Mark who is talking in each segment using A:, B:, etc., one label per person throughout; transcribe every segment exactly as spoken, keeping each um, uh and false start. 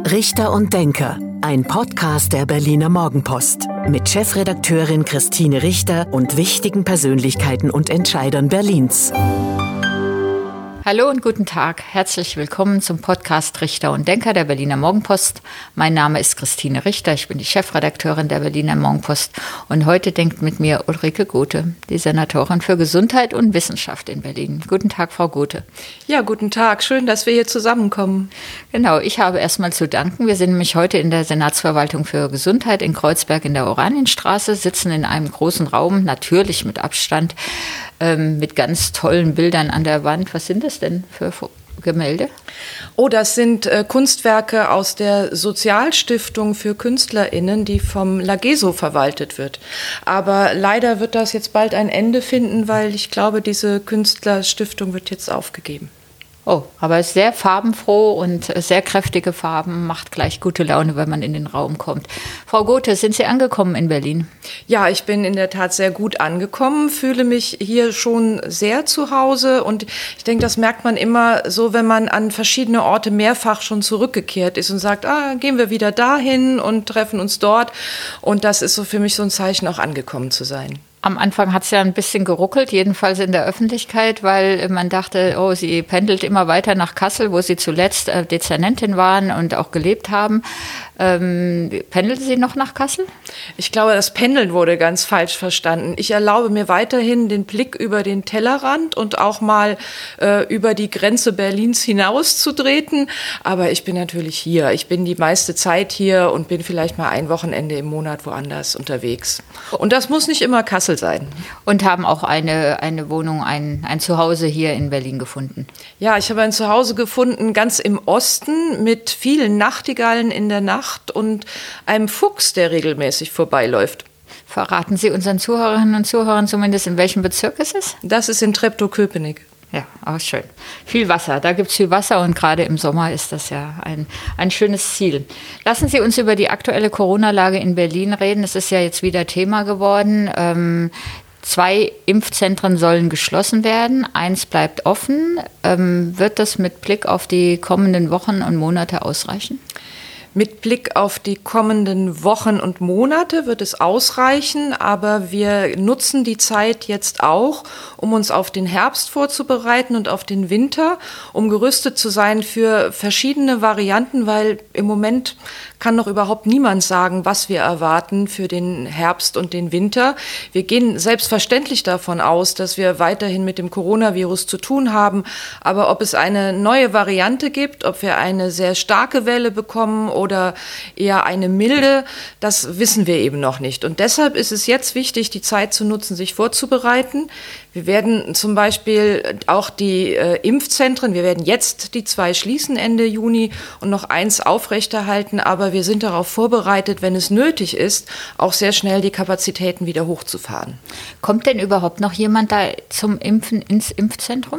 A: Richter und Denker, ein Podcast der Berliner Morgenpost mit Chefredakteurin Christine Richter und wichtigen Persönlichkeiten und Entscheidern Berlins.
B: Hallo und guten Tag. Herzlich willkommen zum Podcast Richter und Denker der Berliner Morgenpost. Mein Name ist Christine Richter, ich bin die Chefredakteurin der Berliner Morgenpost und heute denkt mit mir Ulrike Gothe, die Senatorin für Gesundheit und Wissenschaft in Berlin. Guten Tag, Frau Gothe.
C: Ja, guten Tag. Schön, dass wir hier zusammenkommen.
B: Genau, ich habe erstmal zu danken. Wir sind nämlich heute in der Senatsverwaltung für Gesundheit in Kreuzberg in der Oranienstraße, sitzen in einem großen Raum, natürlich mit Abstand, ähm, mit ganz tollen Bildern an der Wand. Was sind das denn für Gemälde?
C: Oh, das sind äh, Kunstwerke aus der Sozialstiftung für KünstlerInnen, die vom Lageso verwaltet wird. Aber leider wird das jetzt bald ein Ende finden, weil ich glaube, diese Künstlerstiftung wird jetzt aufgegeben.
B: Oh, aber sehr farbenfroh und sehr kräftige Farben, macht gleich gute Laune, wenn man in den Raum kommt. Frau Gothe, sind Sie angekommen in Berlin?
C: Ja, ich bin in der Tat sehr gut angekommen, fühle mich hier schon sehr zu Hause und ich denke, das merkt man immer so, wenn man an verschiedene Orte mehrfach schon zurückgekehrt ist und sagt, ah, gehen wir wieder dahin und treffen uns dort, und das ist so für mich so ein Zeichen, auch angekommen zu sein.
B: Am Anfang hat es ja ein bisschen geruckelt, jedenfalls in der Öffentlichkeit, weil man dachte, oh, sie pendelt immer weiter nach Kassel, wo sie zuletzt äh, Dezernentin waren und auch gelebt haben. Ähm, pendeln Sie noch nach Kassel?
C: Ich glaube, das Pendeln wurde ganz falsch verstanden. Ich erlaube mir weiterhin den Blick über den Tellerrand und auch mal äh, über die Grenze Berlins hinaus zu treten. Aber ich bin natürlich hier. Ich bin die meiste Zeit hier und bin vielleicht mal ein Wochenende im Monat woanders unterwegs. Und das muss nicht immer Kassel sein.
B: Und haben auch eine, eine Wohnung, ein, ein Zuhause hier in Berlin gefunden?
C: Ja, ich habe ein Zuhause gefunden, ganz im Osten, mit vielen Nachtigallen in der Nacht und einem Fuchs, der regelmäßig vorbeiläuft.
B: Verraten Sie unseren Zuhörerinnen und Zuhörern zumindest, in welchem Bezirk es ist?
C: Das ist in Treptow-Köpenick.
B: Ja, auch schön. Viel Wasser, da gibt es viel Wasser und gerade im Sommer ist das ja ein, ein schönes Ziel. Lassen Sie uns über die aktuelle Corona-Lage in Berlin reden. Es ist ja jetzt wieder Thema geworden. Ähm, zwei Impfzentren sollen geschlossen werden, eins bleibt offen. Ähm, wird das mit Blick auf die kommenden Wochen und Monate ausreichen?
C: Mit Blick auf die kommenden Wochen und Monate wird es ausreichen, aber wir nutzen die Zeit jetzt auch, um uns auf den Herbst vorzubereiten und auf den Winter, um gerüstet zu sein für verschiedene Varianten, weil im Moment kann noch überhaupt niemand sagen, was wir erwarten für den Herbst und den Winter. Wir gehen selbstverständlich davon aus, dass wir weiterhin mit dem Coronavirus zu tun haben, aber ob es eine neue Variante gibt, ob wir eine sehr starke Welle bekommen oder eher eine milde, das wissen wir eben noch nicht. Und deshalb ist es jetzt wichtig, die Zeit zu nutzen, sich vorzubereiten. Wir werden zum Beispiel auch die äh, Impfzentren, wir werden jetzt die zwei schließen Ende Juni und noch eins aufrechterhalten, aber wir sind darauf vorbereitet, wenn es nötig ist, auch sehr schnell die Kapazitäten wieder hochzufahren.
B: Kommt denn überhaupt noch jemand da zum Impfen ins Impfzentrum?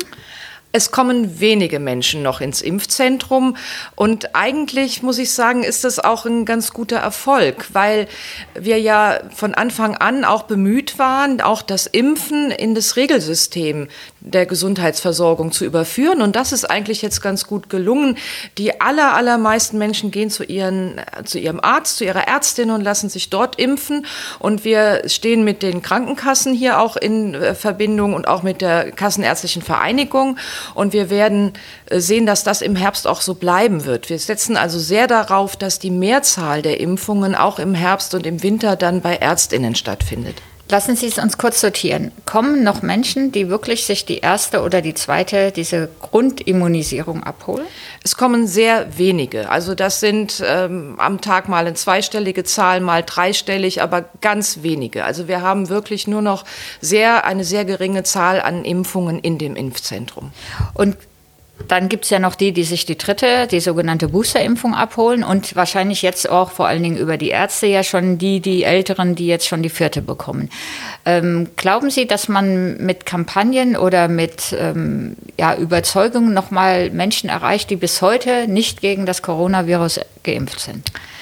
C: Es kommen wenige Menschen noch ins Impfzentrum und eigentlich, muss ich sagen, ist das auch ein ganz guter Erfolg, weil wir ja von Anfang an auch bemüht waren, auch das Impfen in das Regelsystem der Gesundheitsversorgung zu überführen, und das ist eigentlich jetzt ganz gut gelungen. Die aller, allermeisten Menschen gehen zu ihren, zu ihrem Arzt, zu ihrer Ärztin und lassen sich dort impfen, und wir stehen mit den Krankenkassen hier auch in Verbindung und auch mit der Kassenärztlichen Vereinigung. Und wir werden sehen, dass das im Herbst auch so bleiben wird. Wir setzen also sehr darauf, dass die Mehrzahl der Impfungen auch im Herbst und im Winter dann bei ÄrztInnen stattfindet.
B: Lassen Sie es uns kurz sortieren. Kommen noch Menschen, die wirklich sich die erste oder die zweite, diese Grundimmunisierung abholen?
C: Es kommen sehr wenige. Also das sind ähm, am Tag mal eine zweistellige Zahl, mal dreistellig, aber ganz wenige. Also wir haben wirklich nur noch sehr, eine sehr geringe Zahl an Impfungen in dem Impfzentrum.
B: Und dann gibt es ja noch die, die sich die dritte, die sogenannte Boosterimpfung abholen, und wahrscheinlich jetzt auch vor allen Dingen über die Ärzte ja schon die, die Älteren, die jetzt schon die vierte bekommen. Ähm, glauben Sie, dass man mit Kampagnen oder mit ähm, ja, Überzeugungen nochmal Menschen erreicht, die bis heute nicht gegen das Coronavirus geimpft sind?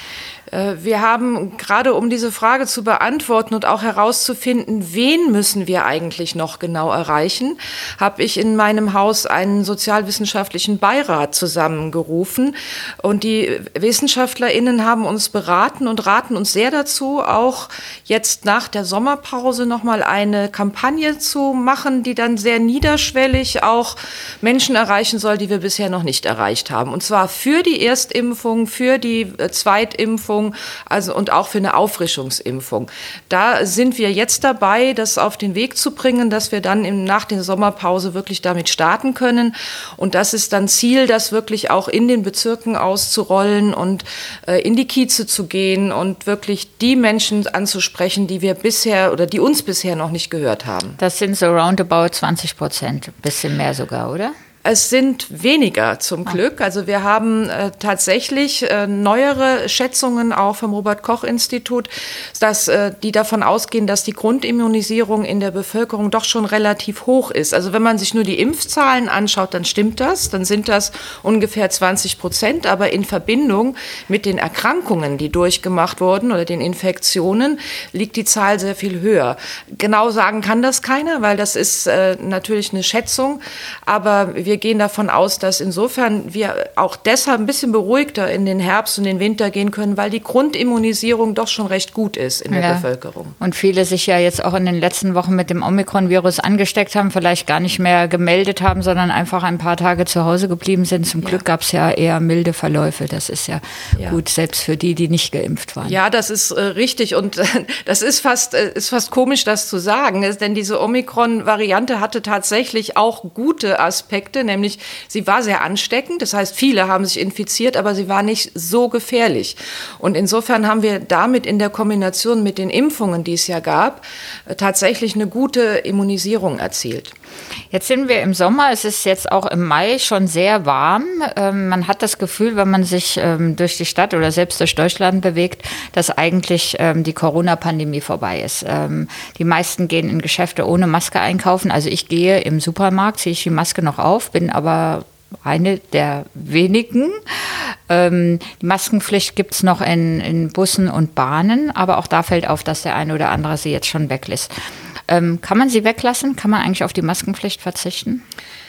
C: Wir haben gerade, um diese Frage zu beantworten und auch herauszufinden, wen müssen wir eigentlich noch genau erreichen, habe ich in meinem Haus einen sozialwissenschaftlichen Beirat zusammengerufen. Und die WissenschaftlerInnen haben uns beraten und raten uns sehr dazu, auch jetzt nach der Sommerpause nochmal eine Kampagne zu machen, die dann sehr niederschwellig auch Menschen erreichen soll, die wir bisher noch nicht erreicht haben. Und zwar für die Erstimpfung, für die Zweitimpfung, also und auch für eine Auffrischungsimpfung. Da sind wir jetzt dabei, das auf den Weg zu bringen, dass wir dann im, nach der Sommerpause wirklich damit starten können. Und das ist dann Ziel, das wirklich auch in den Bezirken auszurollen und äh, in die Kieze zu gehen und wirklich die Menschen anzusprechen, die wir bisher oder die uns bisher noch nicht gehört haben.
B: Das sind so roundabout zwanzig Prozent, ein bisschen mehr sogar, oder?
C: Es sind weniger zum Glück. Also wir haben äh, tatsächlich äh, neuere Schätzungen auch vom Robert-Koch-Institut, dass, äh, die davon ausgehen, dass die Grundimmunisierung in der Bevölkerung doch schon relativ hoch ist. Also wenn man sich nur die Impfzahlen anschaut, dann stimmt das. Dann sind das ungefähr zwanzig Prozent. Aber in Verbindung mit den Erkrankungen, die durchgemacht wurden oder den Infektionen, liegt die Zahl sehr viel höher. Genau sagen kann das keiner, weil das ist äh, natürlich eine Schätzung. Aber wir gehen davon aus, dass insofern wir auch deshalb ein bisschen beruhigter in den Herbst und den Winter gehen können, weil die Grundimmunisierung doch schon recht gut ist in der ja. Bevölkerung.
B: Und viele sich ja jetzt auch in den letzten Wochen mit dem Omikron-Virus angesteckt haben, vielleicht gar nicht mehr gemeldet haben, sondern einfach ein paar Tage zu Hause geblieben sind. Zum ja. Glück gab es ja eher milde Verläufe. Das ist ja, ja gut, selbst für die, die nicht geimpft waren.
C: Ja, das ist äh, richtig. Und äh, das ist fast, äh, ist fast komisch, das zu sagen, ist, denn diese Omikron-Variante hatte tatsächlich auch gute Aspekte, nämlich sie war sehr ansteckend, das heißt, viele haben sich infiziert, aber sie war nicht so gefährlich. Und insofern haben wir damit in der Kombination mit den Impfungen, die es ja gab, tatsächlich eine gute Immunisierung erzielt.
B: Jetzt sind wir im Sommer, es ist jetzt auch im Mai schon sehr warm. Ähm, man hat das Gefühl, wenn man sich ähm, durch die Stadt oder selbst durch Deutschland bewegt, dass eigentlich ähm, die Corona-Pandemie vorbei ist. Ähm, die meisten gehen in Geschäfte ohne Maske einkaufen. Also ich gehe im Supermarkt, ziehe ich die Maske noch auf, bin aber eine der wenigen. Ähm, die Maskenpflicht gibt es noch in, in Bussen und Bahnen, aber auch da fällt auf, dass der eine oder andere sie jetzt schon weglässt. Ähm, kann man sie weglassen? Kann man eigentlich auf die Maskenpflicht verzichten?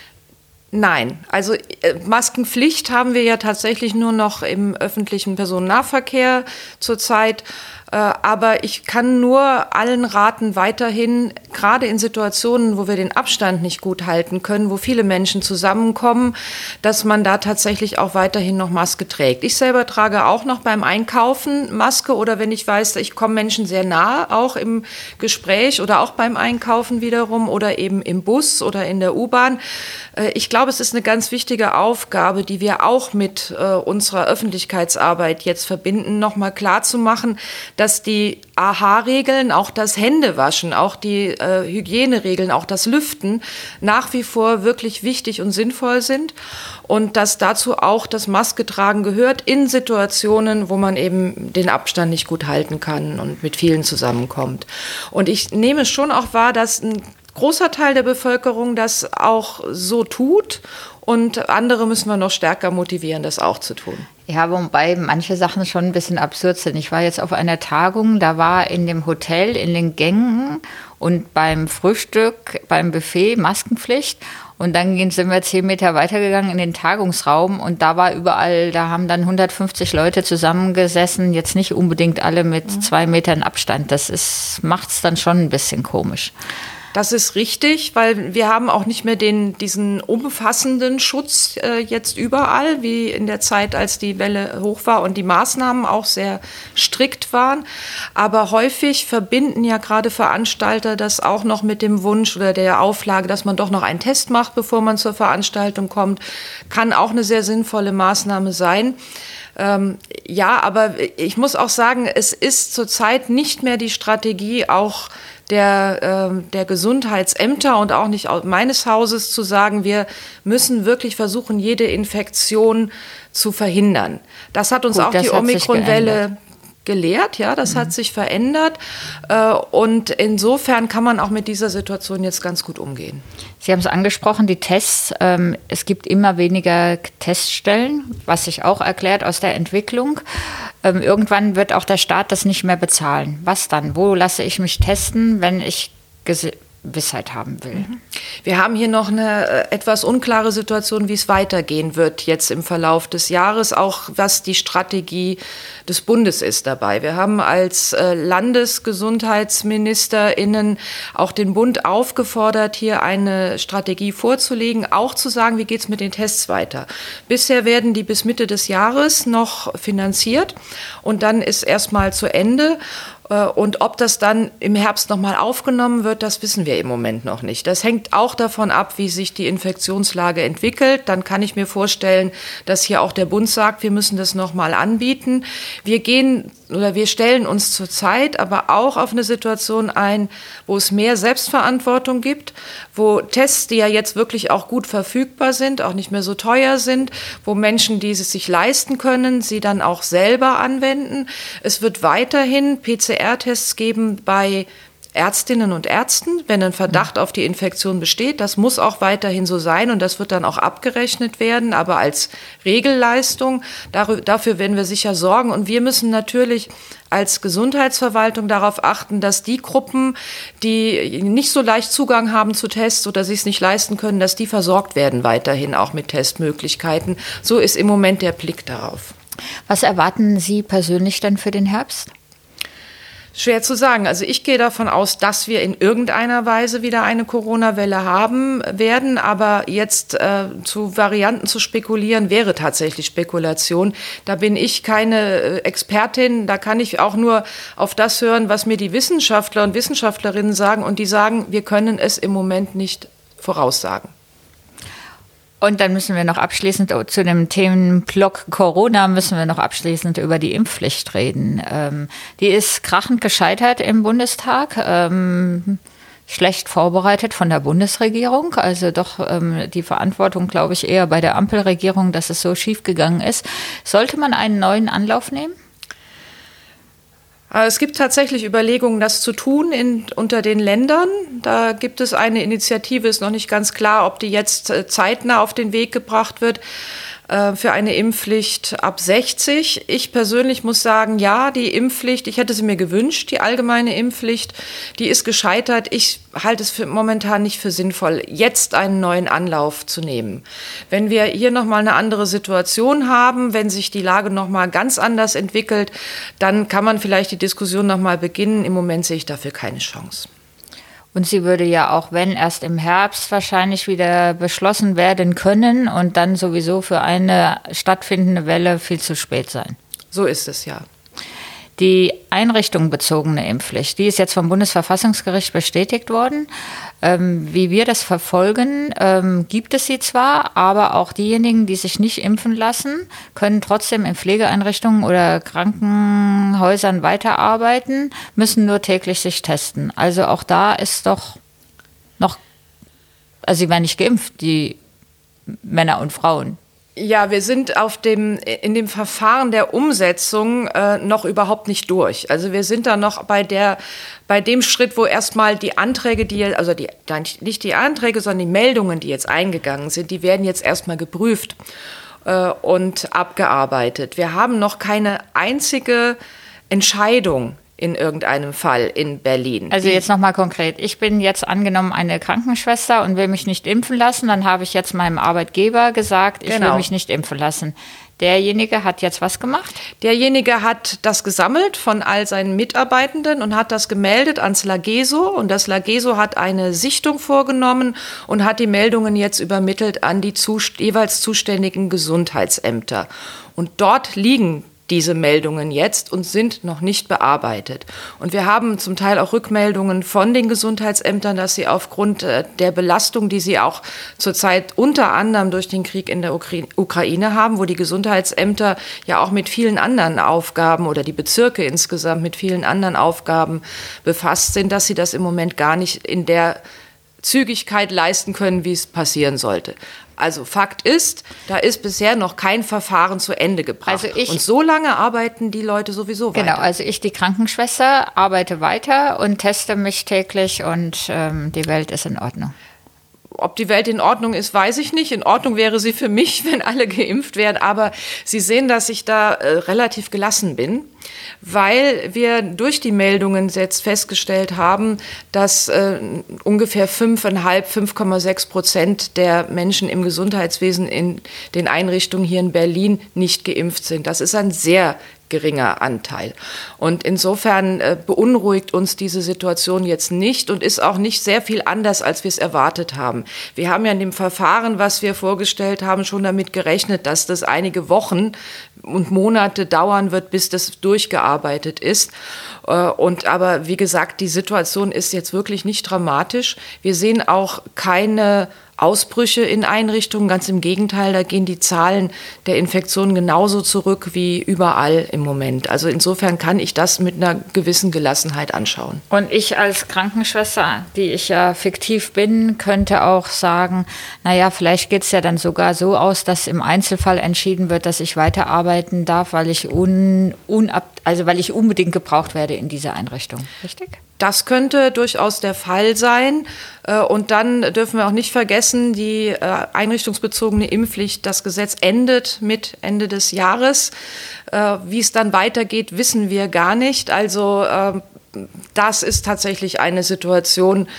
C: Nein, also äh, Maskenpflicht haben wir ja tatsächlich nur noch im öffentlichen Personennahverkehr zurzeit. Äh, aber ich kann nur allen raten, weiterhin, gerade in Situationen, wo wir den Abstand nicht gut halten können, wo viele Menschen zusammenkommen, dass man da tatsächlich auch weiterhin noch Maske trägt. Ich selber trage auch noch beim Einkaufen Maske oder wenn ich weiß, ich komme Menschen sehr nahe, auch im Gespräch oder auch beim Einkaufen wiederum oder eben im Bus oder in der U-Bahn. Äh, ich glaube, es ist eine ganz wichtige Aufgabe, die wir auch mit äh, unserer Öffentlichkeitsarbeit jetzt verbinden, nochmal klarzumachen, dass die A H-Regeln, auch das Händewaschen, auch die äh, Hygieneregeln, auch das Lüften nach wie vor wirklich wichtig und sinnvoll sind und dass dazu auch das Masketragen gehört in Situationen, wo man eben den Abstand nicht gut halten kann und mit vielen zusammenkommt. Und ich nehme schon auch wahr, dass ein großer Teil der Bevölkerung das auch so tut und andere müssen wir noch stärker motivieren, das auch zu tun.
B: Ja, wobei manche Sachen schon ein bisschen absurd sind. Ich war jetzt auf einer Tagung, da war in dem Hotel, in den Gängen und beim Frühstück, beim Buffet Maskenpflicht. Und dann sind wir zehn Meter weitergegangen in den Tagungsraum und da war überall, da haben dann hundertfünfzig Leute zusammengesessen, jetzt nicht unbedingt alle mit mhm. zwei Metern Abstand. Das ist, macht's dann schon ein bisschen komisch.
C: Das ist richtig, weil wir haben auch nicht mehr den, diesen umfassenden Schutz äh, jetzt überall, wie in der Zeit, als die Welle hoch war und die Maßnahmen auch sehr strikt waren. Aber häufig verbinden ja gerade Veranstalter das auch noch mit dem Wunsch oder der Auflage, dass man doch noch einen Test macht, bevor man zur Veranstaltung kommt. Kann auch eine sehr sinnvolle Maßnahme sein. Ähm, ja, aber ich muss auch sagen, es ist zurzeit nicht mehr die Strategie, auch der, äh, der Gesundheitsämter und auch nicht meines Hauses zu sagen, wir müssen wirklich versuchen, jede Infektion zu verhindern. Das hat uns Gut, auch die Omikron-Welle gelehrt, ja, das mhm. hat sich verändert äh, und insofern kann man auch mit dieser Situation jetzt ganz gut umgehen.
B: Sie haben es angesprochen, die Tests, ähm, es gibt immer weniger Teststellen, was sich auch erklärt aus der Entwicklung. Ähm, irgendwann wird auch der Staat das nicht mehr bezahlen. Was dann? Wo lasse ich mich testen, wenn ich Ges- Gewissheit haben will?
C: Wir haben hier noch eine äh, etwas unklare Situation, wie es weitergehen wird jetzt im Verlauf des Jahres, auch was die Strategie des Bundes ist dabei. Wir haben als äh, LandesgesundheitsministerInnen auch den Bund aufgefordert, hier eine Strategie vorzulegen, auch zu sagen, wie geht es mit den Tests weiter. Bisher werden die bis Mitte des Jahres noch finanziert und dann ist erstmal zu Ende. Und ob das dann im Herbst nochmal aufgenommen wird, das wissen wir im Moment noch nicht. Das hängt auch davon ab, wie sich die Infektionslage entwickelt. Dann kann ich mir vorstellen, dass hier auch der Bund sagt, wir müssen das nochmal anbieten. Wir gehen oder wir stellen uns zurzeit aber auch auf eine Situation ein, wo es mehr Selbstverantwortung gibt, wo Tests, die ja jetzt wirklich auch gut verfügbar sind, auch nicht mehr so teuer sind, wo Menschen, die es sich leisten können, sie dann auch selber anwenden. Es wird weiterhin P C R-Tests geben bei Ärztinnen und Ärzten, wenn ein Verdacht auf die Infektion besteht. Das muss auch weiterhin so sein und das wird dann auch abgerechnet werden, aber als Regelleistung. Dafür werden wir sicher sorgen und wir müssen natürlich als Gesundheitsverwaltung darauf achten, dass die Gruppen, die nicht so leicht Zugang haben zu Tests oder sich es nicht leisten können, dass die versorgt werden weiterhin auch mit Testmöglichkeiten. So ist im Moment der Blick darauf.
B: Was erwarten Sie persönlich denn für den Herbst?
C: Schwer zu sagen. Also ich gehe davon aus, dass wir in irgendeiner Weise wieder eine Corona-Welle haben werden. Aber jetzt äh, zu Varianten zu spekulieren, wäre tatsächlich Spekulation. Da bin ich keine äh, Expertin. Da kann ich auch nur auf das hören, was mir die Wissenschaftler und Wissenschaftlerinnen sagen. Und die sagen, wir können es im Moment nicht voraussagen.
B: Und dann müssen wir noch abschließend zu dem Themenblock Corona müssen wir noch abschließend über die Impfpflicht reden. Ähm, die ist krachend gescheitert im Bundestag, ähm, schlecht vorbereitet von der Bundesregierung. Also doch ähm, die Verantwortung, glaube ich, eher bei der Ampelregierung, dass es so schief gegangen ist. Sollte man einen neuen Anlauf nehmen?
C: Es gibt tatsächlich Überlegungen, das zu tun in, unter den Ländern. Da gibt es eine Initiative, ist noch nicht ganz klar, ob die jetzt zeitnah auf den Weg gebracht wird, äh, für eine Impfpflicht ab sechzig. Ich persönlich muss sagen, ja, die Impfpflicht, ich hätte sie mir gewünscht, die allgemeine Impfpflicht, die ist gescheitert. Ich halte es für momentan nicht für sinnvoll, jetzt einen neuen Anlauf zu nehmen. Wenn wir hier nochmal eine andere Situation haben, wenn sich die Lage nochmal ganz anders entwickelt, dann kann man vielleicht die Diskussion nochmal beginnen. Im Moment sehe ich dafür keine Chance.
B: Und sie würde ja auch, wenn erst im Herbst wahrscheinlich wieder beschlossen werden können und dann sowieso für eine stattfindende Welle viel zu spät sein.
C: So ist es, ja.
B: Die einrichtungsbezogene Impfpflicht, die ist jetzt vom Bundesverfassungsgericht bestätigt worden. Ähm, wie wir das verfolgen, ähm, gibt es sie zwar, aber auch diejenigen, die sich nicht impfen lassen, können trotzdem in Pflegeeinrichtungen oder Krankenhäusern weiterarbeiten, müssen nur täglich sich testen. Also auch da ist doch noch, also sie werden nicht geimpft, die Männer und Frauen.
C: Ja, wir sind auf dem, in dem Verfahren der Umsetzung äh, noch überhaupt nicht durch. Also wir sind da noch bei der, bei dem Schritt, wo erstmal die Anträge, die, also die, nicht die Anträge, sondern die Meldungen, die jetzt eingegangen sind, die werden jetzt erstmal geprüft äh, und abgearbeitet. Wir haben noch keine einzige Entscheidung in irgendeinem Fall in Berlin.
B: Also jetzt nochmal konkret. Ich bin jetzt angenommen eine Krankenschwester und will mich nicht impfen lassen. Dann habe ich jetzt meinem Arbeitgeber gesagt, ich
C: genau.
B: will mich nicht impfen lassen. Derjenige hat jetzt was gemacht?
C: Derjenige hat das gesammelt von all seinen Mitarbeitenden und hat das gemeldet ans LAGESO. Und das LAGESO hat eine Sichtung vorgenommen und hat die Meldungen jetzt übermittelt an die zust- jeweils zuständigen Gesundheitsämter. Und dort liegen diese Meldungen jetzt und sind noch nicht bearbeitet. Und wir haben zum Teil auch Rückmeldungen von den Gesundheitsämtern, dass sie aufgrund der Belastung, die sie auch zurzeit unter anderem durch den Krieg in der Ukraine haben, wo die Gesundheitsämter ja auch mit vielen anderen Aufgaben oder die Bezirke insgesamt mit vielen anderen Aufgaben befasst sind, dass sie das im Moment gar nicht in der Zügigkeit leisten können, wie es passieren sollte. Also Fakt ist, da ist bisher noch kein Verfahren zu Ende gebracht. Also ich, und so lange arbeiten die Leute sowieso weiter.
B: Genau, also ich, die Krankenschwester, arbeite weiter und teste mich täglich und ähm, die Welt ist in Ordnung.
C: ob die Welt in Ordnung ist, weiß ich nicht. In Ordnung wäre sie für mich, wenn alle geimpft wären. Aber Sie sehen, dass ich da äh, relativ gelassen bin, weil wir durch die Meldungen jetzt festgestellt haben, dass äh, ungefähr fünf Komma fünf, fünf Komma sechs Prozent der Menschen im Gesundheitswesen in den Einrichtungen hier in Berlin nicht geimpft sind. Das ist ein sehr geringer Anteil. Und insofern äh, beunruhigt uns diese Situation jetzt nicht und ist auch nicht sehr viel anders, als wir es erwartet haben. Wir haben ja in dem Verfahren, was wir vorgestellt haben, schon damit gerechnet, dass das einige Wochen und Monate dauern wird, bis das durchgearbeitet ist. Äh, und aber wie gesagt, die Situation ist jetzt wirklich nicht dramatisch. Wir sehen auch keine Ausbrüche in Einrichtungen. Ganz im Gegenteil, da gehen die Zahlen der Infektionen genauso zurück wie überall im Moment. Also insofern kann ich das mit einer gewissen Gelassenheit anschauen.
B: Und ich als Krankenschwester, die ich ja fiktiv bin, könnte auch sagen, naja, vielleicht geht es ja dann sogar so aus, dass im Einzelfall entschieden wird, dass ich weiterarbeiten darf, weil ich, un, unab, also weil ich unbedingt gebraucht werde in dieser Einrichtung. Richtig?
C: Das könnte durchaus der Fall sein. Und dann dürfen wir auch nicht vergessen, die einrichtungsbezogene Impfpflicht, das Gesetz endet mit Ende des Jahres. Wie es dann weitergeht, wissen wir gar nicht. Also das ist tatsächlich eine Situation,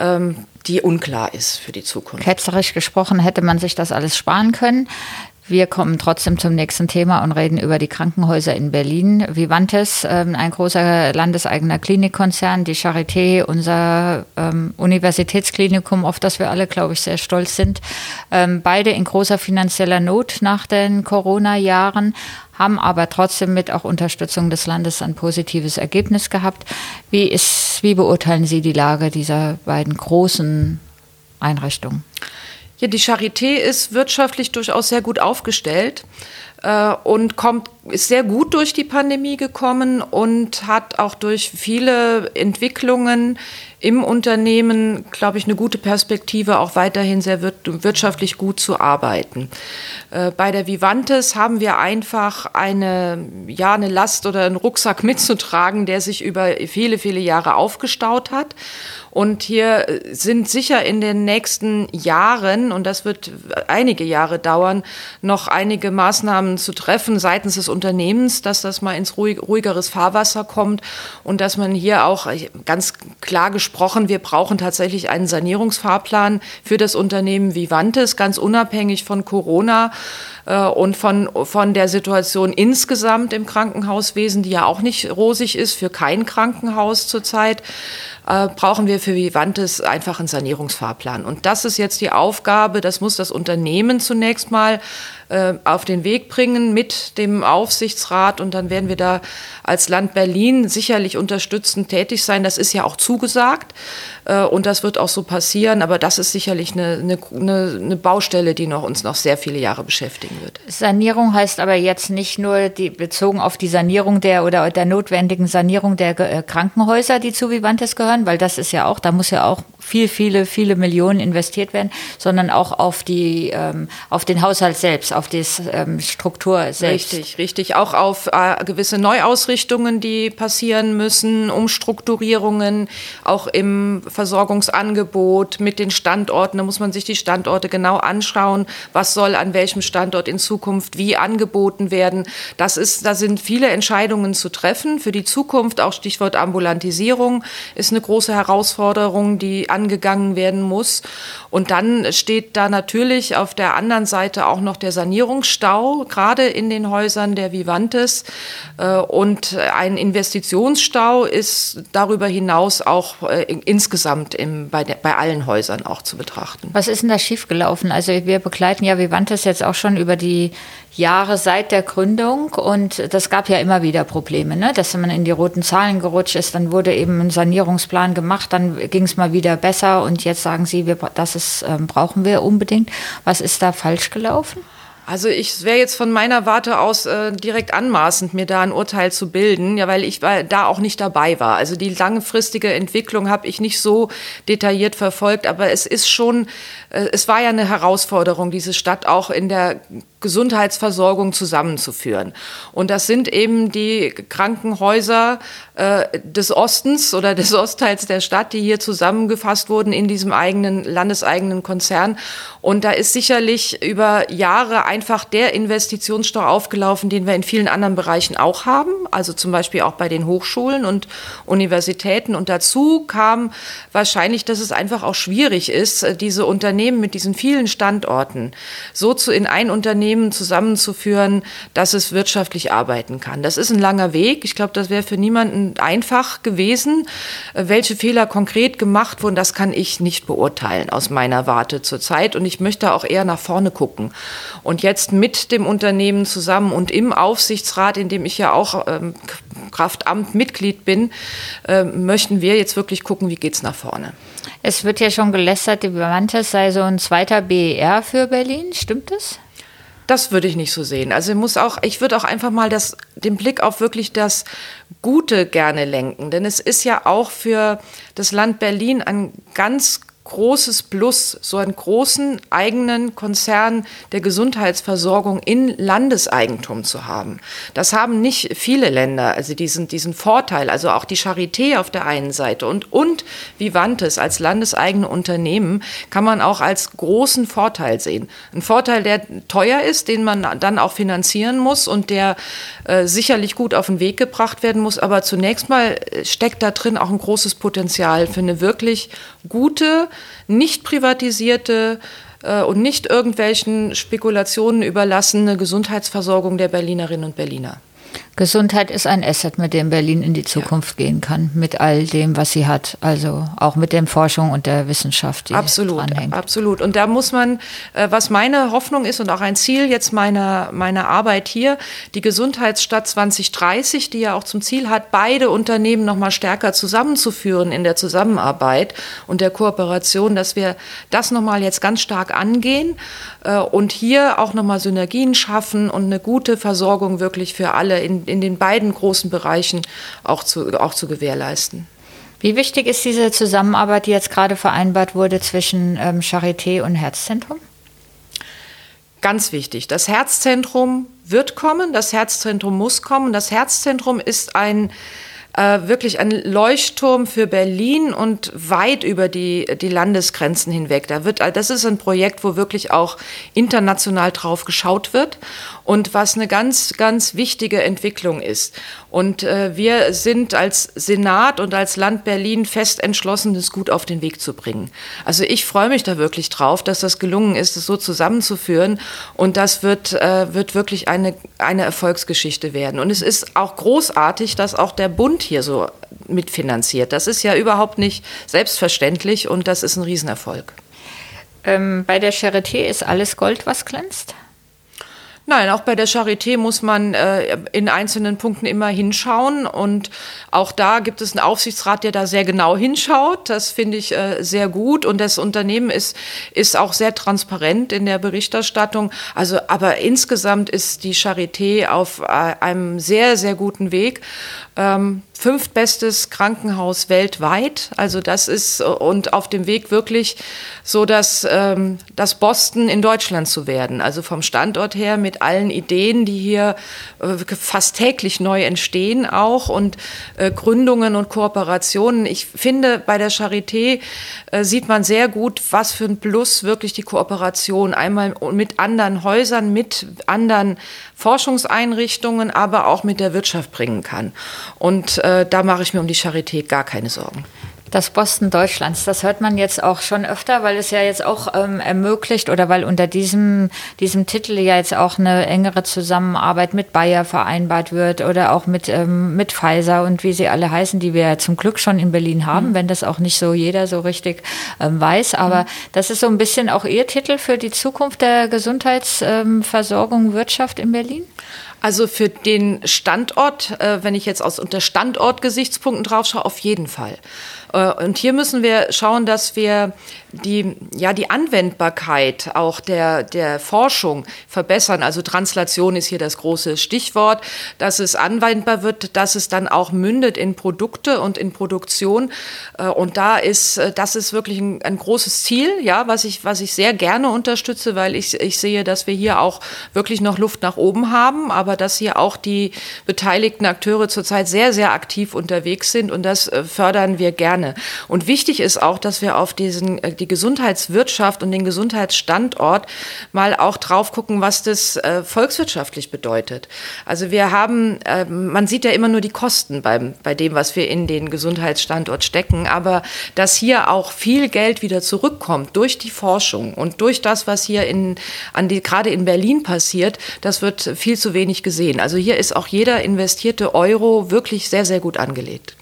C: die unklar ist für die Zukunft.
B: Ketzerisch gesprochen hätte man sich das alles sparen können. Wir kommen trotzdem zum nächsten Thema und reden über die Krankenhäuser in Berlin. Vivantes, ähm, ein großer landeseigener Klinikkonzern, die Charité, unser ähm, Universitätsklinikum, auf das wir alle, glaube ich, sehr stolz sind. Ähm, beide in großer finanzieller Not nach den Corona-Jahren, haben aber trotzdem mit auch Unterstützung des Landes ein positives Ergebnis gehabt. Wie ist, wie beurteilen Sie die Lage dieser beiden großen Einrichtungen?
C: Ja, die Charité ist wirtschaftlich durchaus sehr gut aufgestellt äh, und kommt, ist sehr gut durch die Pandemie gekommen und hat auch durch viele Entwicklungen im Unternehmen, glaube ich, eine gute Perspektive, auch weiterhin sehr wirtschaftlich gut zu arbeiten. Äh, bei der Vivantes haben wir einfach eine, ja, eine Last oder einen Rucksack mitzutragen, der sich über viele, viele Jahre aufgestaut hat. Und hier sind sicher in den nächsten Jahren, und das wird einige Jahre dauern, noch einige Maßnahmen zu treffen seitens des Unternehmens, dass das mal ins ruhig, ruhigeres Fahrwasser kommt und dass man hier auch ganz klar gesprochen, wir brauchen tatsächlich einen Sanierungsfahrplan für das Unternehmen Vivantes, ganz unabhängig von Corona äh, und von, von der Situation insgesamt im Krankenhauswesen, die ja auch nicht rosig ist, für kein Krankenhaus zurzeit. Äh, brauchen wir für Vivantes einfach einen Sanierungsfahrplan. Und das ist jetzt die Aufgabe, das muss das Unternehmen zunächst mal äh, auf den Weg bringen mit dem Aufsichtsrat. Und dann werden wir da als Land Berlin sicherlich unterstützend tätig sein. Das ist ja auch zugesagt äh, und das wird auch so passieren. Aber das ist sicherlich eine, eine, eine Baustelle, die noch, uns noch sehr viele Jahre beschäftigen wird.
B: Sanierung heißt aber jetzt nicht nur die, bezogen auf die Sanierung der oder der notwendigen Sanierung der äh, Krankenhäuser, die zu Vivantes gehören, weil das ist ja auch, da muss ja auch viel, viele, viele Millionen investiert werden, sondern auch auf die, ähm, auf den Haushalt selbst, auf die ähm, Struktur selbst.
C: Richtig, richtig. Auch auf äh, gewisse Neuausrichtungen, die passieren müssen, Umstrukturierungen, auch im Versorgungsangebot mit den Standorten. Da muss man sich die Standorte genau anschauen. Was soll an welchem Standort in Zukunft wie angeboten werden? Das ist, da sind viele Entscheidungen zu treffen für die Zukunft. Auch Stichwort Ambulantisierung ist eine große Herausforderung, die angegangen werden muss. Und dann steht da natürlich auf der anderen Seite auch noch der Sanierungsstau, gerade in den Häusern der Vivantes. Und ein Investitionsstau ist darüber hinaus auch insgesamt im, bei, der, bei allen Häusern auch zu betrachten.
B: Was ist denn da schiefgelaufen? Also wir begleiten ja Vivantes jetzt auch schon über die Jahre seit der Gründung und das gab ja immer wieder Probleme, ne? Dass man in die roten Zahlen gerutscht ist, dann wurde eben ein Sanierungsplan gemacht, dann ging es mal wieder besser und jetzt sagen Sie, wir, das ist, ähm, brauchen wir unbedingt. Was ist da falsch gelaufen?
C: Also ich wäre jetzt von meiner Warte aus äh, direkt anmaßend, mir da ein Urteil zu bilden, ja, weil ich war, da auch nicht dabei war. Also die langfristige Entwicklung habe ich nicht so detailliert verfolgt, aber es ist schon, äh, es war ja eine Herausforderung, diese Stadt auch in der Gesundheitsversorgung zusammenzuführen. Und das sind eben die Krankenhäuser äh, des Ostens oder des Ostteils der Stadt, die hier zusammengefasst wurden in diesem eigenen, landeseigenen Konzern. Und da ist sicherlich über Jahre einfach der Investitionsstau aufgelaufen, den wir in vielen anderen Bereichen auch haben, also zum Beispiel auch bei den Hochschulen und Universitäten. Und dazu kam wahrscheinlich, dass es einfach auch schwierig ist, diese Unternehmen mit diesen vielen Standorten so zu in ein Unternehmen zusammenzuführen, dass es wirtschaftlich arbeiten kann. Das ist ein langer Weg. Ich glaube, das wäre für niemanden einfach gewesen. Welche Fehler konkret gemacht wurden, das kann ich nicht beurteilen aus meiner Warte zurzeit. Und ich möchte auch eher nach vorne gucken. Und jetzt mit dem Unternehmen zusammen und im Aufsichtsrat, in dem ich ja auch ähm, Kraftamt Mitglied bin, äh, möchten wir jetzt wirklich gucken, wie geht es nach vorne.
B: Es wird ja schon gelästert, die Vivantes sei so ein zweiter B E R für Berlin. Stimmt das?
C: Das würde ich nicht so sehen. Also muss auch, ich würde auch einfach mal das, den Blick auf wirklich das Gute gerne lenken. Denn es ist ja auch für das Land Berlin ein ganz großes Plus, so einen großen eigenen Konzern der Gesundheitsversorgung in Landeseigentum zu haben. Das haben nicht viele Länder, also diesen, diesen Vorteil, also auch die Charité auf der einen Seite und, und Vivantes als landeseigene Unternehmen kann man auch als großen Vorteil sehen. Ein Vorteil, der teuer ist, den man dann auch finanzieren muss und der äh, sicherlich gut auf den Weg gebracht werden muss, aber zunächst mal steckt da drin auch ein großes Potenzial für eine wirklich gute, nicht privatisierte äh, und nicht irgendwelchen Spekulationen überlassene Gesundheitsversorgung der Berlinerinnen und Berliner.
B: Gesundheit ist ein Asset, mit dem Berlin in die Zukunft ja. gehen kann, mit all dem, was sie hat, also auch mit der Forschung und der Wissenschaft, die
C: absolut,
B: dranhängt.
C: Absolut. Und da muss man, was meine Hoffnung ist und auch ein Ziel jetzt meiner, meiner Arbeit hier, die Gesundheitsstadt zwanzig dreißig, die ja auch zum Ziel hat, beide Unternehmen noch mal stärker zusammenzuführen in der Zusammenarbeit und der Kooperation, dass wir das noch mal jetzt ganz stark angehen und hier auch noch mal Synergien schaffen und eine gute Versorgung wirklich für alle in, in den beiden großen Bereichen auch zu, auch zu gewährleisten.
B: Wie wichtig ist diese Zusammenarbeit, die jetzt gerade vereinbart wurde zwischen ähm, Charité und Herzzentrum?
C: Ganz wichtig. Das Herzzentrum wird kommen, das Herzzentrum muss kommen. Das Herzzentrum ist ein Äh, wirklich ein Leuchtturm für Berlin und weit über die, die Landesgrenzen hinweg. Da wird, das ist ein Projekt, wo wirklich auch international drauf geschaut wird und was eine ganz, ganz wichtige Entwicklung ist. Und äh, wir sind als Senat und als Land Berlin fest entschlossen, das gut auf den Weg zu bringen. Also ich freue mich da wirklich drauf, dass das gelungen ist, es so zusammenzuführen und das wird, äh, wird wirklich eine, eine Erfolgsgeschichte werden. Und es ist auch großartig, dass auch der Bund hier so mitfinanziert. Das ist ja überhaupt nicht selbstverständlich und das ist ein Riesenerfolg.
B: Ähm, bei der Charité ist alles Gold, was glänzt?
C: Nein, auch bei der Charité muss man äh, in einzelnen Punkten immer hinschauen und auch da gibt es einen Aufsichtsrat, der da sehr genau hinschaut. Das finde ich äh, sehr gut und das Unternehmen ist, ist auch sehr transparent in der Berichterstattung. Also, aber insgesamt ist die Charité auf äh, einem sehr, sehr guten Weg. Ähm, fünftbestes Krankenhaus weltweit, also das ist und auf dem Weg wirklich so, dass ähm, das Boston in Deutschland zu werden, also vom Standort her mit allen Ideen, die hier äh, fast täglich neu entstehen auch und äh, Gründungen und Kooperationen. Ich finde, bei der Charité äh, sieht man sehr gut, was für ein Plus wirklich die Kooperation einmal mit anderen Häusern, mit anderen Forschungseinrichtungen, aber auch mit der Wirtschaft bringen kann. Und äh, da mache ich mir um die Charité gar keine Sorgen.
B: Das Boston Deutschlands, das hört man jetzt auch schon öfter, weil es ja jetzt auch ähm, ermöglicht oder weil unter diesem, diesem Titel ja jetzt auch eine engere Zusammenarbeit mit Bayer vereinbart wird oder auch mit, ähm, mit Pfizer und wie sie alle heißen, die wir ja zum Glück schon in Berlin haben, mhm. wenn das auch nicht so jeder so richtig ähm, weiß. Aber mhm. das ist so ein bisschen auch Ihr Titel für die Zukunft der Gesundheitsversorgung, ähm, Wirtschaft in Berlin?
C: Also für den Standort, äh, wenn ich jetzt aus unter Standortgesichtspunkten drauf schaue, auf jeden Fall. Äh, und hier müssen wir schauen, dass wir die, ja, die Anwendbarkeit auch der, der Forschung verbessern. Also Translation ist hier das große Stichwort, dass es anwendbar wird, dass es dann auch mündet in Produkte und in Produktion. Äh, und da ist, äh, das ist wirklich ein, ein großes Ziel, ja, was ich, was ich sehr gerne unterstütze, weil ich, ich sehe, dass wir hier auch wirklich noch Luft nach oben haben, aber dass hier auch die beteiligten Akteure zurzeit sehr, sehr aktiv unterwegs sind und das äh, fördern wir gerne. Und wichtig ist auch, dass wir auf diesen, äh, die Gesundheitswirtschaft und den Gesundheitsstandort mal auch drauf gucken, was das äh, volkswirtschaftlich bedeutet. Also wir haben, äh, man sieht ja immer nur die Kosten beim, bei dem, was wir in den Gesundheitsstandort stecken, aber dass hier auch viel Geld wieder zurückkommt durch die Forschung und durch das, was hier in, an die, gerade in Berlin passiert, das wird viel zu wenig gesehen. Also hier ist auch jeder investierte Euro wirklich sehr, sehr gut angelegt.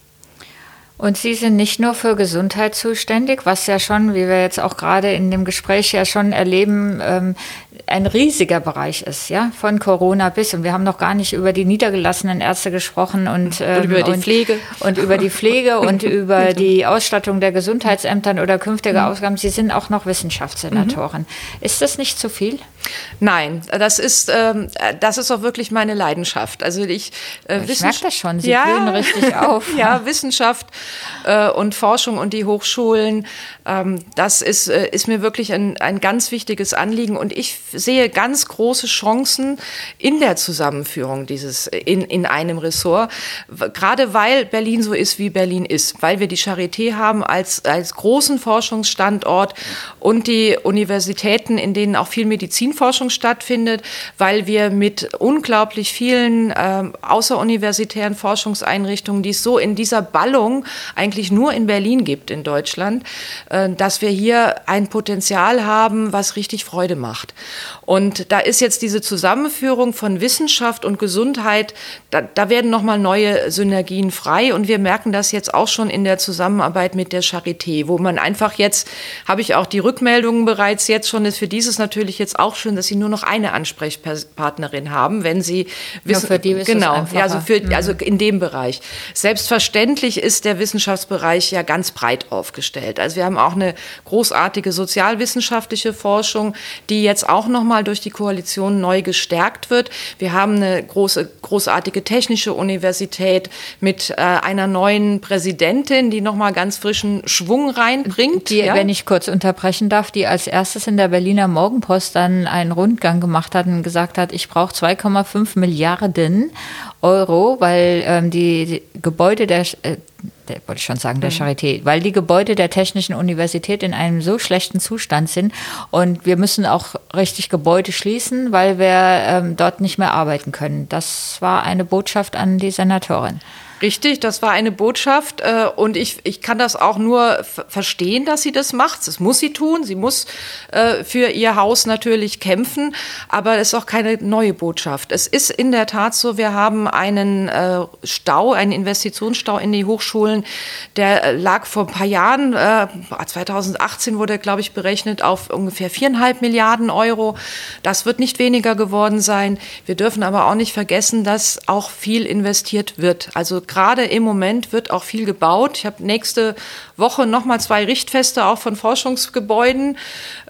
B: Und Sie sind nicht nur für Gesundheit zuständig, was ja schon, wie wir jetzt auch gerade in dem Gespräch ja schon erleben, ähm, ein riesiger Bereich ist, ja, von Corona bis, und wir haben noch gar nicht über die niedergelassenen Ärzte gesprochen und, ähm,
C: und über die
B: und,
C: Pflege
B: und über die Pflege und über die Ausstattung der Gesundheitsämtern oder künftige Ausgaben. Sie sind auch noch Wissenschaftssenatorin. Mhm. Ist das nicht zu viel?
C: Nein, das ist, ähm, das ist auch wirklich meine Leidenschaft. Also ich,
B: äh, ich merke das schon, Sie ja, blühen richtig auf.
C: Ja, Wissenschaft äh, und Forschung und die Hochschulen, ähm, das ist, äh, ist mir wirklich ein, ein ganz wichtiges Anliegen und ich sehe ganz große Chancen in der Zusammenführung dieses, in, in einem Ressort, gerade weil Berlin so ist, wie Berlin ist, weil wir die Charité haben als, als großen Forschungsstandort und die Universitäten, in denen auch viel Medizinforschung stattfindet, weil wir mit unglaublich vielen äh, außeruniversitären Forschungseinrichtungen, die es so in dieser Ballung eigentlich nur in Berlin gibt in Deutschland, äh, dass wir hier ein Potenzial haben, was richtig Freude macht. Und da ist jetzt diese Zusammenführung von Wissenschaft und Gesundheit, da, da werden nochmal neue Synergien frei und wir merken das jetzt auch schon in der Zusammenarbeit mit der Charité, wo man einfach jetzt, habe ich auch die Rückmeldungen bereits jetzt schon, ist für dieses natürlich jetzt auch schön, dass Sie nur noch eine Ansprechpartnerin haben, wenn Sie wissen,
B: ja, für die ist
C: genau,
B: es
C: ja, also, für,
B: mhm.
C: also in dem Bereich. Selbstverständlich ist der Wissenschaftsbereich ja ganz breit aufgestellt. Also wir haben auch eine großartige sozialwissenschaftliche Forschung, die jetzt auch nochmal durch die Koalition neu gestärkt wird. Wir haben eine große, großartige technische Universität mit äh, einer neuen Präsidentin, die nochmal ganz frischen Schwung reinbringt.
B: Die, ja? Wenn ich kurz unterbrechen darf, die als erstes in der Berliner Morgenpost dann einen Rundgang gemacht hat und gesagt hat, ich brauche zwei Komma fünf Milliarden Euro, weil ähm, die, die Gebäude der, äh, der wollte ich schon sagen, der Charité, weil die Gebäude der Technischen Universität in einem so schlechten Zustand sind und wir müssen auch richtig Gebäude schließen, weil wir ähm, dort nicht mehr arbeiten können. Das war eine Botschaft an die Senatorin.
C: Richtig, das war eine Botschaft äh, und ich, ich kann das auch nur f- verstehen, dass sie das macht. Das muss sie tun. Sie muss äh, für ihr Haus natürlich kämpfen, aber es ist auch keine neue Botschaft. Es ist in der Tat so, wir haben einen äh, Stau, einen Investitionsstau in die Hochschulen, der äh, lag vor ein paar Jahren, äh, zweitausendachtzehn wurde, glaube ich, berechnet auf ungefähr viereinhalb Milliarden Euro. Das wird nicht weniger geworden sein. Wir dürfen aber auch nicht vergessen, dass auch viel investiert wird. Also gerade im Moment wird auch viel gebaut. Ich habe nächste Woche nochmal zwei Richtfeste auch von Forschungsgebäuden.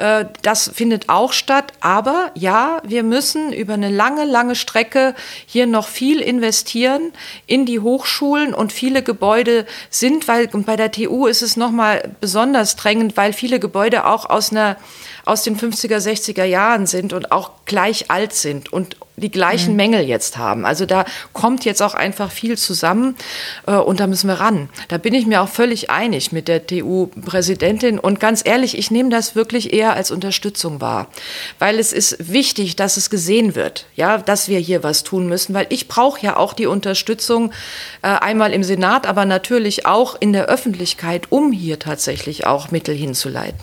C: Das findet auch statt. Aber ja, wir müssen über eine lange, lange Strecke hier noch viel investieren in die Hochschulen. Und viele Gebäude sind, weil bei der T U ist es nochmal besonders drängend, weil viele Gebäude auch aus einer aus den fünfziger, sechziger Jahren sind und auch gleich alt sind und die gleichen mhm. Mängel jetzt haben. Also da kommt jetzt auch einfach viel zusammen äh, und da müssen wir ran. Da bin ich mir auch völlig einig mit der T U-Präsidentin und ganz ehrlich, ich nehme das wirklich eher als Unterstützung wahr, weil es ist wichtig, dass es gesehen wird, ja, dass wir hier was tun müssen, weil ich brauche ja auch die Unterstützung äh, einmal im Senat, aber natürlich auch in der Öffentlichkeit, um hier tatsächlich auch Mittel hinzuleiten.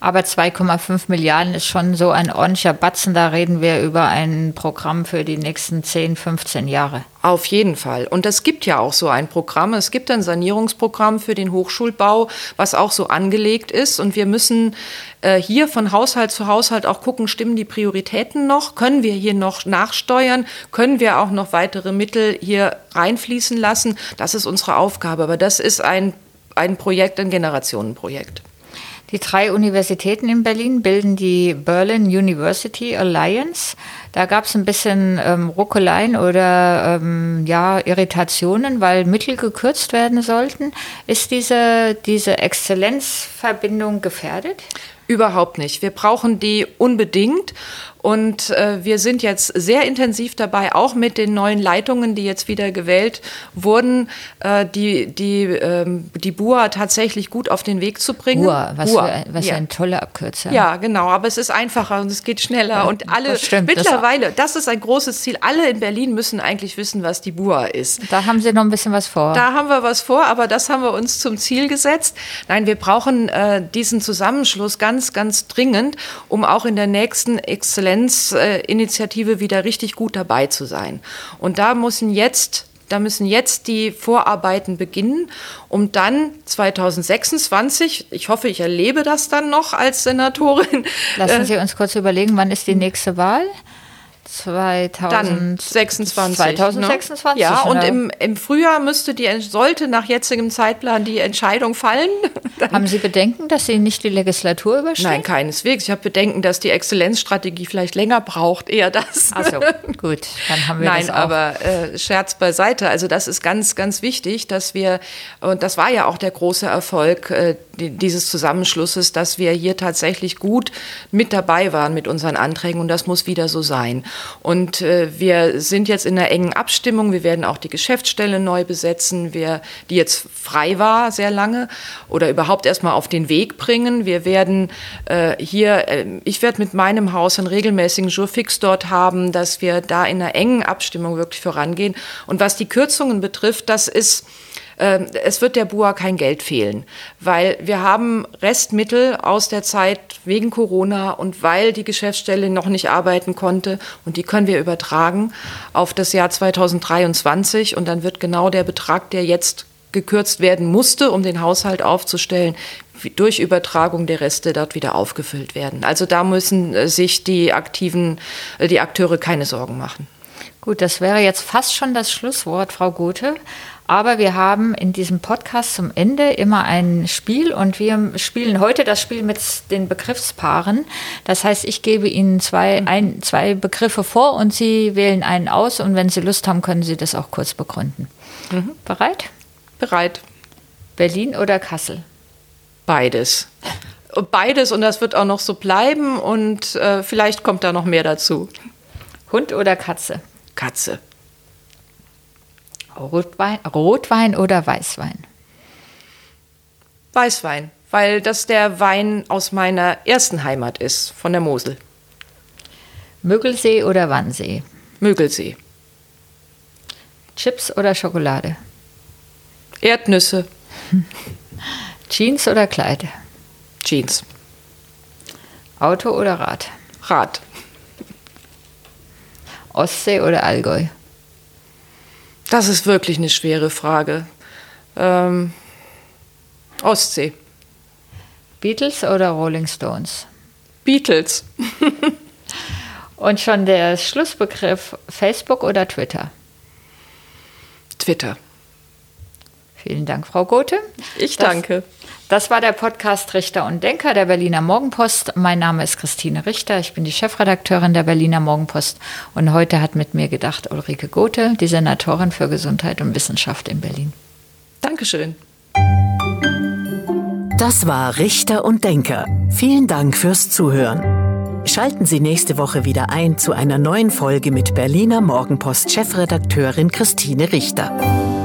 B: Aber zwei Komma fünf Milliarden ist schon so ein ordentlicher Batzen. Da reden wir über ein Programm für die nächsten zehn, fünfzehn Jahre.
C: Auf jeden Fall. Und es gibt ja auch so ein Programm. Es gibt ein Sanierungsprogramm für den Hochschulbau, was auch so angelegt ist. Und wir müssen äh, hier von Haushalt zu Haushalt auch gucken, stimmen die Prioritäten noch? Können wir hier noch nachsteuern? Können wir auch noch weitere Mittel hier reinfließen lassen? Das ist unsere Aufgabe. Aber das ist ein, ein Projekt, ein Generationenprojekt.
B: Die drei Universitäten in Berlin bilden die Berlin University Alliance. Da gab es ein bisschen ähm, Ruckeleien oder ähm, ja, Irritationen, weil Mittel gekürzt werden sollten. Ist diese, diese Exzellenzverbindung gefährdet?
C: Überhaupt nicht. Wir brauchen die unbedingt. Und äh, wir sind jetzt sehr intensiv dabei, auch mit den neuen Leitungen, die jetzt wieder gewählt wurden, äh, die, die, ähm, die B U A tatsächlich gut auf den Weg zu bringen.
B: B U A, was,
C: B U A.
B: Für, ein, was
C: ja.
B: für eine tolle Abkürzung.
C: Ja, genau, aber es ist einfacher und es geht schneller.
B: Ja,
C: und alle,
B: das stimmt,
C: mittlerweile, das, das ist ein großes Ziel, alle in Berlin müssen eigentlich wissen, was die B U A ist.
B: Da haben Sie noch ein bisschen was vor.
C: Da haben wir was vor, aber das haben wir uns zum Ziel gesetzt. Nein, wir brauchen äh, diesen Zusammenschluss ganz, ganz dringend, um auch in der nächsten Exzellenzinitiative wieder richtig gut dabei zu sein. Und da müssen jetzt, da müssen jetzt die Vorarbeiten beginnen, um dann zwanzig sechsundzwanzig, ich hoffe, ich erlebe das dann noch als Senatorin.
B: Lassen Sie uns kurz überlegen, wann ist die nächste Wahl?
C: zweitausendsechsundzwanzig.
B: zweitausendsechsundzwanzig.
C: Ne? Ja, und
B: ja.
C: im, im Frühjahr müsste die, sollte nach jetzigem Zeitplan die Entscheidung fallen.
B: Haben Sie Bedenken, dass Sie nicht die Legislatur überstehen?
C: Nein, keineswegs. Ich habe Bedenken, dass die Exzellenzstrategie vielleicht länger braucht, eher das.
B: Ach so, gut, dann haben wir
C: Nein,
B: das auch.
C: aber äh, Scherz beiseite. Also das ist ganz, ganz wichtig, dass wir, und das war ja auch der große Erfolg äh, die, dieses Zusammenschlusses, dass wir hier tatsächlich gut mit dabei waren mit unseren Anträgen und das muss wieder so sein. Und äh, wir sind jetzt in einer engen Abstimmung. Wir werden auch die Geschäftsstelle neu besetzen, wir, die jetzt frei war sehr lange oder überhaupt erstmal auf den Weg bringen. Wir werden äh, hier, äh, ich werde mit meinem Haus einen regelmäßigen Jour fix dort haben, dass wir da in einer engen Abstimmung wirklich vorangehen. Und was die Kürzungen betrifft, das ist, es wird der B U A kein Geld fehlen, weil wir haben Restmittel aus der Zeit wegen Corona und weil die Geschäftsstelle noch nicht arbeiten konnte und die können wir übertragen auf das Jahr zweitausenddreiundzwanzig und dann wird genau der Betrag, der jetzt gekürzt werden musste, um den Haushalt aufzustellen, durch Übertragung der Reste dort wieder aufgefüllt werden. Also da müssen sich die aktiven, die Akteure keine Sorgen machen.
B: Gut, das wäre jetzt fast schon das Schlusswort, Frau Gothe. Aber wir haben in diesem Podcast zum Ende immer ein Spiel und wir spielen heute das Spiel mit den Begriffspaaren. Das heißt, ich gebe Ihnen zwei, ein, zwei Begriffe vor und Sie wählen einen aus und wenn Sie Lust haben, können Sie das auch kurz begründen. Mhm. Bereit?
C: Bereit.
B: Berlin oder Kassel?
C: Beides. Beides und das wird auch noch so bleiben und äh, vielleicht kommt da noch mehr dazu.
B: Hund oder Katze?
C: Katze.
B: Rotwein, Rotwein oder Weißwein?
C: Weißwein, weil das der Wein aus meiner ersten Heimat ist, von der Mosel.
B: Müggelsee oder Wannsee?
C: Müggelsee.
B: Chips oder Schokolade?
C: Erdnüsse.
B: Jeans oder Kleid?
C: Jeans.
B: Auto oder Rad?
C: Rad.
B: Ostsee oder Allgäu?
C: Das ist wirklich eine schwere Frage. Ähm, Ostsee.
B: Beatles oder Rolling Stones?
C: Beatles.
B: Und schon der Schlussbegriff, Facebook oder Twitter?
C: Twitter.
B: Vielen Dank, Frau Gothe.
C: Ich danke.
B: Das, das war der Podcast Richter und Denker der Berliner Morgenpost. Mein Name ist Christine Richter. Ich bin die Chefredakteurin der Berliner Morgenpost. Und heute hat mit mir gedacht Ulrike Gothe, die Senatorin für Gesundheit und Wissenschaft in Berlin.
C: Dankeschön.
A: Das war Richter und Denker. Vielen Dank fürs Zuhören. Schalten Sie nächste Woche wieder ein zu einer neuen Folge mit Berliner Morgenpost-Chefredakteurin Christine Richter.